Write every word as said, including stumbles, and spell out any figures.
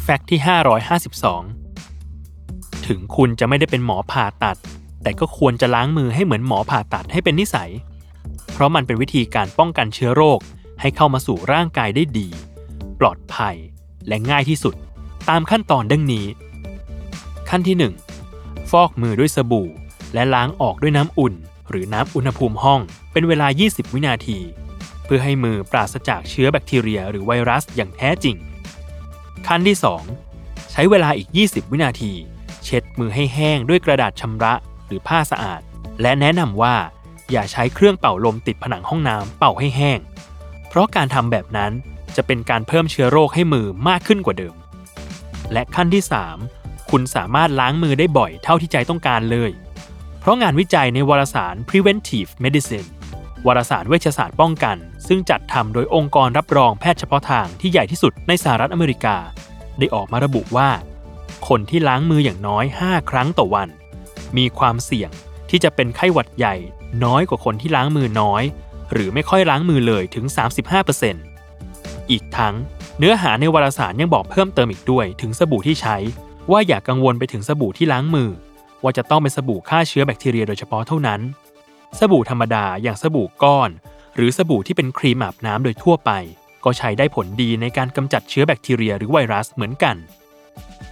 แฟกต์ที่ห้าร้อยห้าสิบสองถึงคุณจะไม่ได้เป็นหมอผ่าตัดแต่ก็ควรจะล้างมือให้เหมือนหมอผ่าตัดให้เป็นนิสัยเพราะมันเป็นวิธีการป้องกันเชื้อโรคให้เข้ามาสู่ร่างกายได้ดีปลอดภัยและง่ายที่สุดตามขั้นตอนดังนี้ขั้นที่หนึ่งฟอกมือด้วยสบู่และล้างออกด้วยน้ำอุ่นหรือน้ำอุณหภูมิห้องเป็นเวลายี่สิบวินาทีเพื่อให้มือปราศจากเชื้อแบคทีเรียหรือไวรัสอย่างแท้จริงขั้นที่สองใช้เวลาอีกยี่สิบวินาทีเช็ดมือให้แห้งด้วยกระดาษชำระหรือผ้าสะอาดและแนะนำว่าอย่าใช้เครื่องเป่าลมติดผนังห้องน้ำเป่าให้แห้งเพราะการทำแบบนั้นจะเป็นการเพิ่มเชื้อโรคให้มือมากขึ้นกว่าเดิมและขั้นที่สามคุณสามารถล้างมือได้บ่อยเท่าที่ใจต้องการเลยเพราะงานวิจัยในวารสาร Preventive Medicine วารสารเวชศาสตร์ป้องกันซึ่งจัดทำโดยองค์กรรับรองแพทย์เฉพาะทางที่ใหญ่ที่สุดในสหรัฐอเมริกาได้ออกมาระบุว่าคนที่ล้างมืออย่างน้อยห้าครั้งต่อวันมีความเสี่ยงที่จะเป็นไข้หวัดใหญ่น้อยกว่าคนที่ล้างมือน้อยหรือไม่ค่อยล้างมือเลยถึง สามสิบห้าเปอร์เซ็นต์ อีกทั้งเนื้อหาในวารสารยังบอกเพิ่มเติมอีกด้วยถึงสบู่ที่ใช้ว่าอย่ากังวลไปถึงสบู่ที่ล้างมือว่าจะต้องเป็นสบู่ฆ่าเชื้อแบคทีเรียโดยเฉพาะเท่านั้นสบู่ธรรมดาอย่างสบู่ก้อนหรือสบู่ที่เป็นครีมอาบน้ำโดยทั่วไปก็ใช้ได้ผลดีในการกำจัดเชื้อแบคทีเรียหรือไวรัสเหมือนกัน